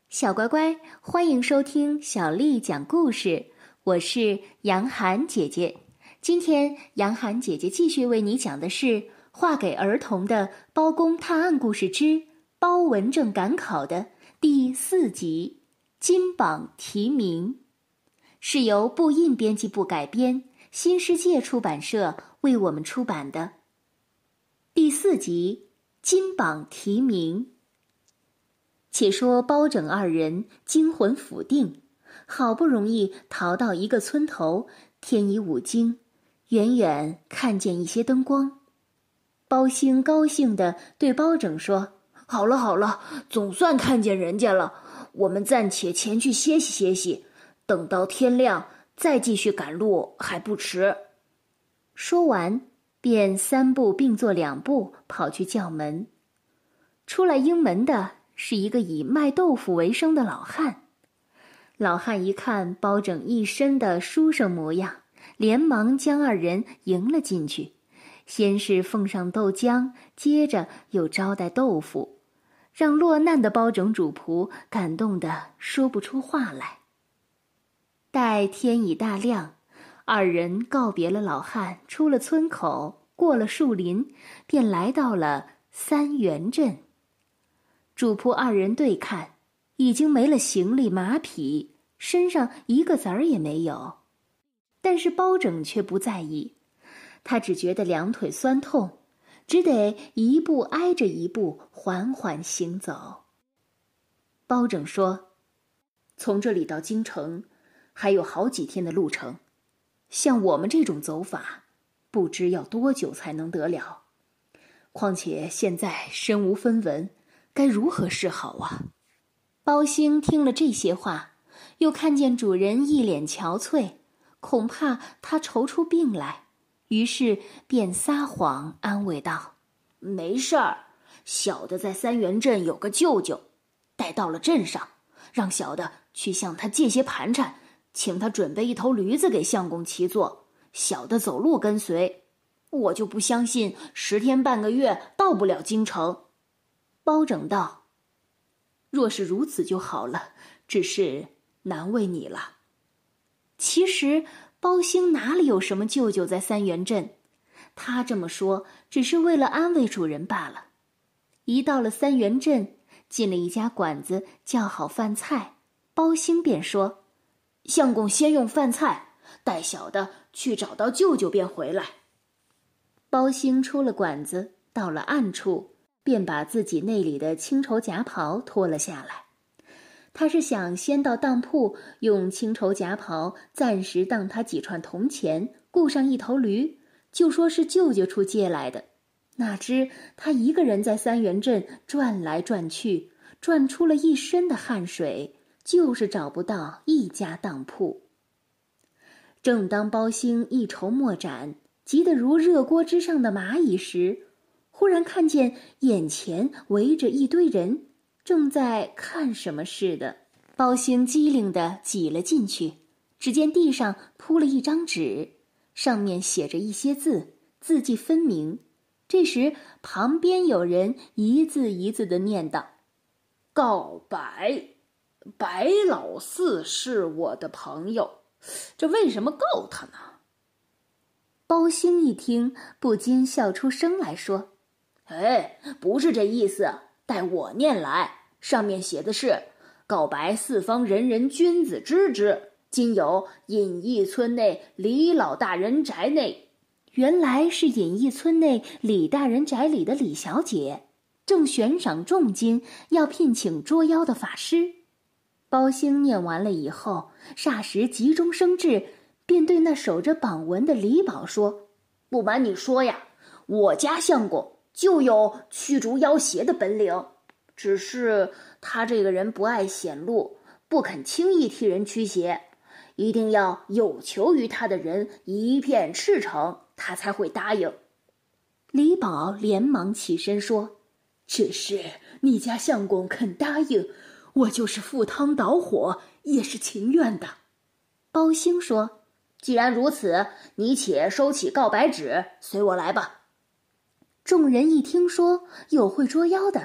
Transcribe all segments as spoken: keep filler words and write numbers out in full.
小乖乖，欢迎收听小丽讲故事，我是杨涵姐姐。今天杨涵姐姐继续为你讲的是画给儿童的包公探案故事之包文正赶考的第四集金榜题名，是由布印编辑部改编，新世界出版社为我们出版的。第四集金榜题名。且说包拯二人惊魂甫定，好不容易逃到一个村头，天已五更，远远看见一些灯光。包兴高兴地对包拯说：好了好了，总算看见人家了，我们暂且前去歇息歇息，等到天亮再继续赶路还不迟。说完便三步并作两步跑去叫门。出来应门的是一个以卖豆腐为生的老汉。老汉一看包拯一身的书生模样，连忙将二人迎了进去，先是奉上豆浆，接着又招待豆腐，让落难的包拯主仆感动得说不出话来。待天已大亮，二人告别了老汉，出了村口，过了树林，便来到了三元镇。主仆二人对看，已经没了行李马匹，身上一个子儿也没有。但是包拯却不在意，他只觉得两腿酸痛，只得一步挨着一步缓缓行走。包拯说：从这里到京城还有好几天的路程，像我们这种走法，不知要多久才能得了。况且现在身无分文，该如何是好啊？包兴听了这些话，又看见主人一脸憔悴，恐怕他愁出病来，于是便撒谎安慰道：没事儿，小的在三元镇有个舅舅，待到了镇上，让小的去向他借些盘缠，请他准备一头驴子给相公骑坐，小的走路跟随，我就不相信十天半个月到不了京城。包拯道：若是如此就好了，只是难为你了。其实包兴哪里有什么舅舅在三元镇，他这么说只是为了安慰主人罢了。一到了三元镇，进了一家馆子，叫好饭菜，包兴便说：相公先用饭菜，待小的去找到舅舅便回来。包兴出了馆子，到了暗处，便把自己内里的青绸夹袍脱了下来。他是想先到当铺，用青绸夹袍暂时当他几串铜钱，雇上一头驴，就说是舅舅处借来的。哪知他一个人在三元镇转来转去，转出了一身的汗水，就是找不到一家当铺。正当包兴一筹莫展，急得如热锅之上的蚂蚁时，忽然看见眼前围着一堆人，正在看什么似的。包兴机灵地挤了进去，只见地上铺了一张纸，上面写着一些字，字迹分明。这时旁边有人一字一字地念道：告白，白老四是我的朋友，这为什么告他呢？包兴一听，不禁笑出声来说：哎，不是这意思，待我念来。上面写的是：告白四方人人君子知之，今有隐逸村内李老大人宅内。原来是隐逸村内李大人宅里的李小姐，正悬赏重金要聘请捉妖的法师。包兴念完了以后，霎时急中生智，便对那守着榜文的李宝说：不瞒你说呀，我家相公就有驱逐妖邪的本领，只是他这个人不爱显露，不肯轻易替人驱邪，一定要有求于他的人一片赤诚，他才会答应。李宝连忙起身说：只是你家相公肯答应，我就是赴汤蹈火也是情愿的。包兴说：既然如此，你且收起告白纸，随我来吧。众人一听说有会捉妖的，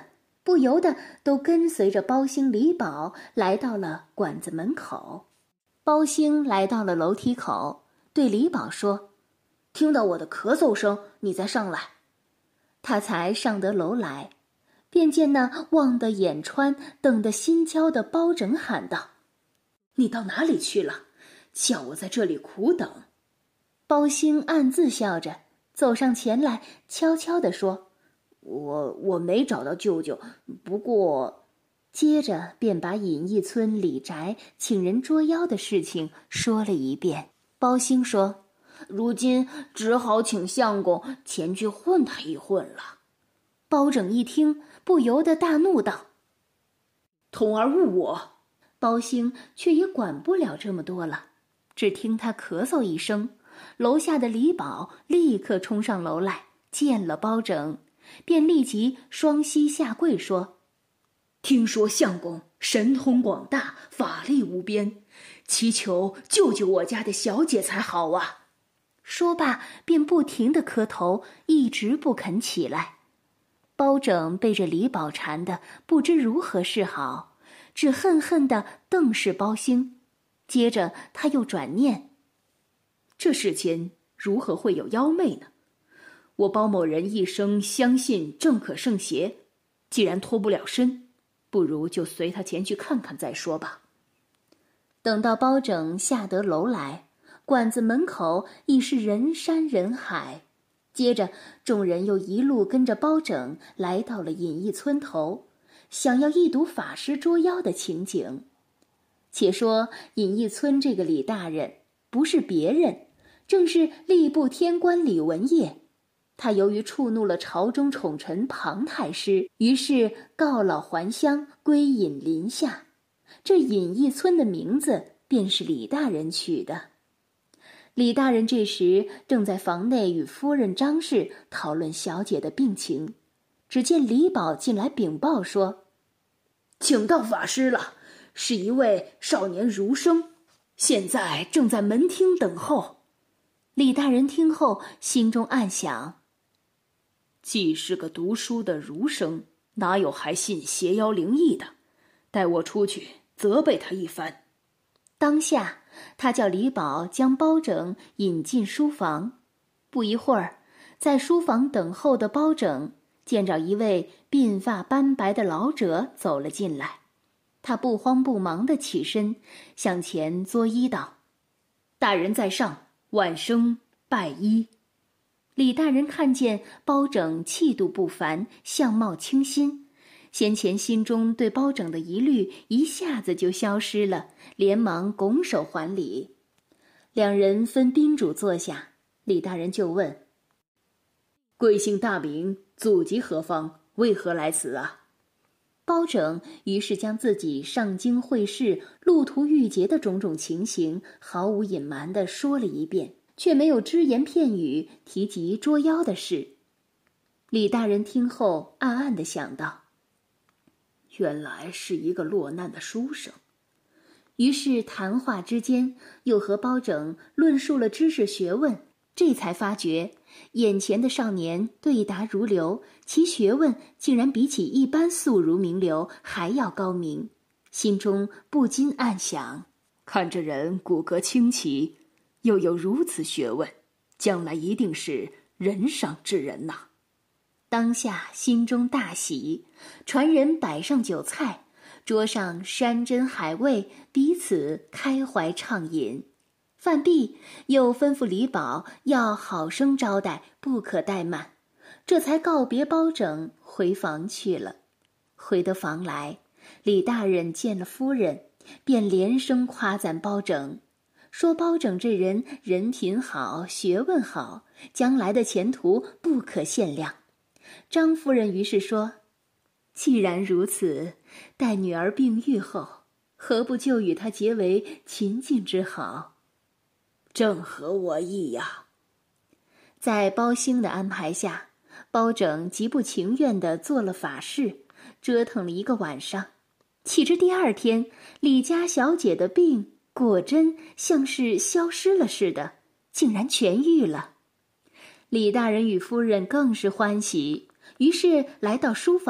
不由得都跟随着包兴、李宝来到了馆子门口。包兴来到了楼梯口，对李宝说：“听到我的咳嗽声，你再上来。”他才上得楼来，便见那望得眼穿、等得心焦的包拯喊道：“你到哪里去了？叫我在这里苦等。”包兴暗自笑着，走上前来，悄悄地说：“我我没找到舅舅，不过……”接着便把隐逸村李宅请人捉妖的事情说了一遍。包兴说：“如今只好请相公前去混他一混了。”包拯一听，不由得大怒道：“童儿误我！”包兴却也管不了这么多了，只听他咳嗽一声，楼下的李宝立刻冲上楼来，见了包拯，便立即双膝下跪说：“听说相公神通广大，法力无边，祈求救救我家的小姐才好啊！”说罢便不停地磕头，一直不肯起来。包拯被这李宝缠得不知如何是好，只恨恨地瞪视包兴。接着他又转念：这世间如何会有妖媚呢？我包某人一生相信正可胜邪，既然脱不了身，不如就随他前去看看再说吧。等到包拯下得楼来，馆子门口已是人山人海。接着众人又一路跟着包拯来到了隐逸村头，想要一睹法师捉妖的情景。且说隐逸村这个李大人不是别人，正是吏部天官李文业。他由于触怒了朝中宠臣庞太师，于是告老还乡，归隐林下。这隐逸村的名字便是李大人取的。李大人这时正在房内与夫人张氏讨论小姐的病情，只见李宝进来禀报说：“请到法师了，是一位少年儒生，现在正在门厅等候。”李大人听后心中暗想：既是个读书的儒生，哪有还信邪妖灵异的？待我出去责备他一番。当下他叫李宝将包拯引进书房。不一会儿，在书房等候的包拯见着一位鬓发斑白的老者走了进来。他不慌不忙地起身向前作揖道：“大人在上，晚生拜揖。”李大人看见包拯气度不凡，相貌清新，先前心中对包拯的疑虑一下子就消失了，连忙拱手还礼。两人分宾主坐下，李大人就问：“贵姓大名，祖籍何方，为何来此啊？”包拯于是将自己上京会试、路途遇劫的种种情形毫无隐瞒地说了一遍，却没有只言片语提及捉妖的事。李大人听后暗暗地想到：原来是一个落难的书生。于是谈话之间又和包拯论述了知识学问，这才发觉眼前的少年对答如流，其学问竟然比起一般素儒名流还要高明，心中不禁暗想：看这人骨骼清奇，又有如此学问，将来一定是人上之人呐。当下心中大喜，传人摆上酒菜，桌上山珍海味，彼此开怀畅饮。饭毕，又吩咐李宝要好生招待，不可怠慢，这才告别包拯回房去了。回得房来，李大人见了夫人，便连声夸赞包拯，说包拯这人人品好，学问好，将来的前途不可限量。张夫人于是说：既然如此，待女儿病愈后，何不就与她结为秦晋之好？正合我意呀。在包兴的安排下，包拯极不情愿地做了法事，折腾了一个晚上。岂知第二天，李家小姐的病果真像是消失了似的，竟然痊愈了。李大人与夫人更是欢喜，于是来到书房，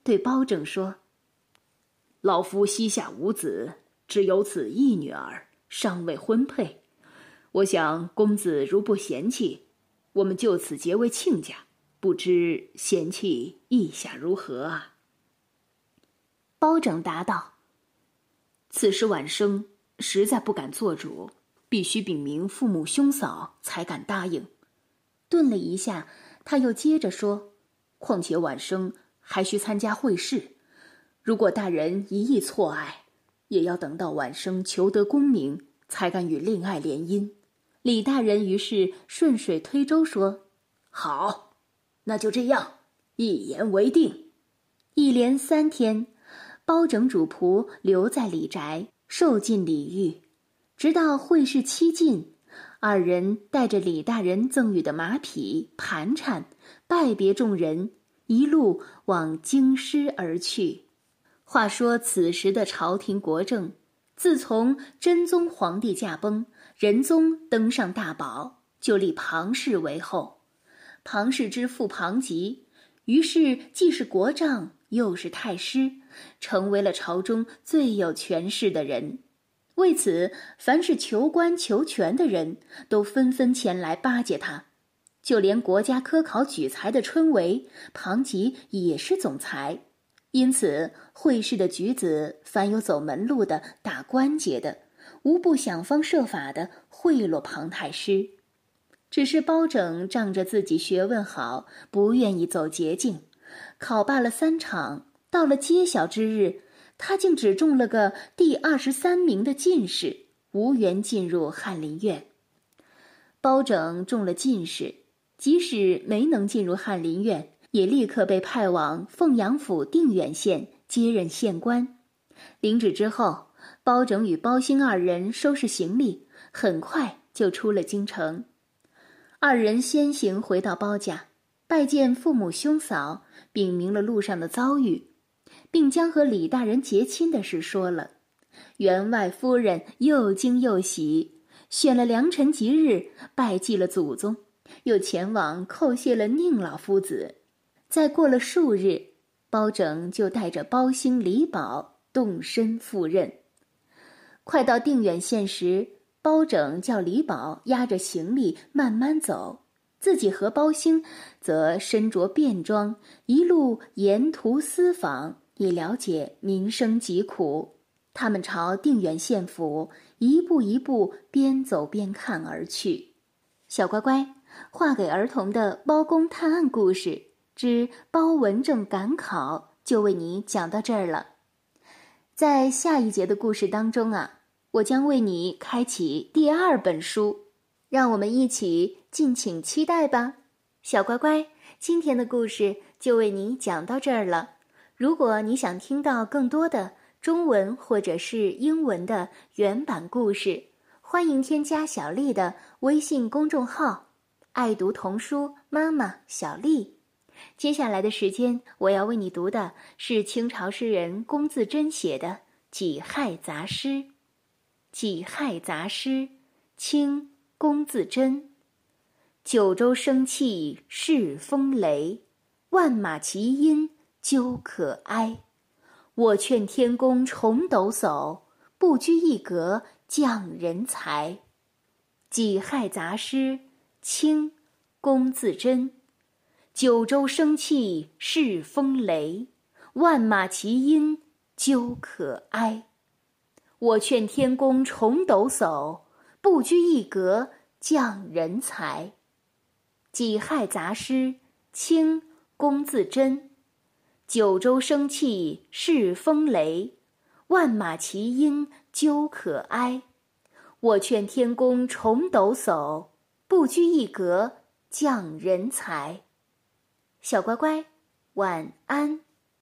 对包拯说：“ 老夫膝下无子，只有此一女儿，尚未婚配。我想公子如不嫌弃，我们就此结为亲家，不知贤妻意下如何啊？” 包拯答道：“ 此时晚生实在不敢做主，必须禀明父母兄嫂才敢答应。” 顿了一下，他又接着说：“ 况且晚生还需参加会试，如果大人一意错爱，也要等到晚生求得功名，才敢与令爱联姻。” 李大人于是顺水推舟说：“ 好，那就这样，一言为定。” 一连三天，包拯主仆留在李宅，受尽礼遇，直到会试期尽，二人带着李大人赠予的马匹、盘缠，拜别众人，一路往京师而去。话说此时的朝廷国政，自从真宗皇帝驾崩，仁宗登上大宝，就立庞氏为后。庞氏之父庞吉，于是既是国丈，又是太师，成为了朝中最有权势的人。为此，凡是求官求权的人都纷纷前来巴结他，就连国家科考举才的春闱，庞吉也是总裁。因此，会试的举子，凡有走门路的、打关节的，无不想方设法的贿赂庞太师。只是包拯仗着自己学问好，不愿意走捷径，考罢了三场，到了揭晓之日，他竟只中了个第二十三名的进士，无缘进入翰林院。包拯中了进士，即使没能进入翰林院，也立刻被派往凤阳府定远县接任县官。领旨之后，包拯与包兴二人收拾行李，很快就出了京城。二人先行回到包家，拜见父母兄嫂，禀明了路上的遭遇，并将和李大人结亲的事说了。员外夫人又惊又喜，选了良辰吉日，拜祭了祖宗，又前往叩谢了宁老夫子。再过了数日，包拯就带着包兴、李宝动身赴任。快到定远县时，包拯叫李宝押着行李慢慢走，自己和包兴则身着便装，一路沿途私访，以了解民生疾苦。他们朝定远县府一步一步边走边看而去。小乖乖，画给儿童的包公探案故事之包文正赶考就为你讲到这儿了。在下一节的故事当中啊，我将为你开启第二本书，让我们一起敬请期待吧。小乖乖，今天的故事就为你讲到这儿了。如果你想听到更多的中文或者是英文的原版故事，欢迎添加小丽的微信公众号爱读童书妈妈小丽。接下来的时间，我要为你读的是清朝诗人龚自珍写的《己亥杂诗》。《己亥杂诗》，清，龚自珍。九州生气恃风雷，万马齐喑究可哀。我劝天公重抖擞，不拘一格降人才。《己亥杂诗》，清，龚自珍。九州生气恃风雷，万马齐喑究可哀。我劝天公重抖擞，不拘一格降人才。《己亥杂诗》，清，龚自珍。九州生气恃风雷，万马齐喑究可哀。我劝天公重抖擞，不拘一格降人才。小乖乖，晚安。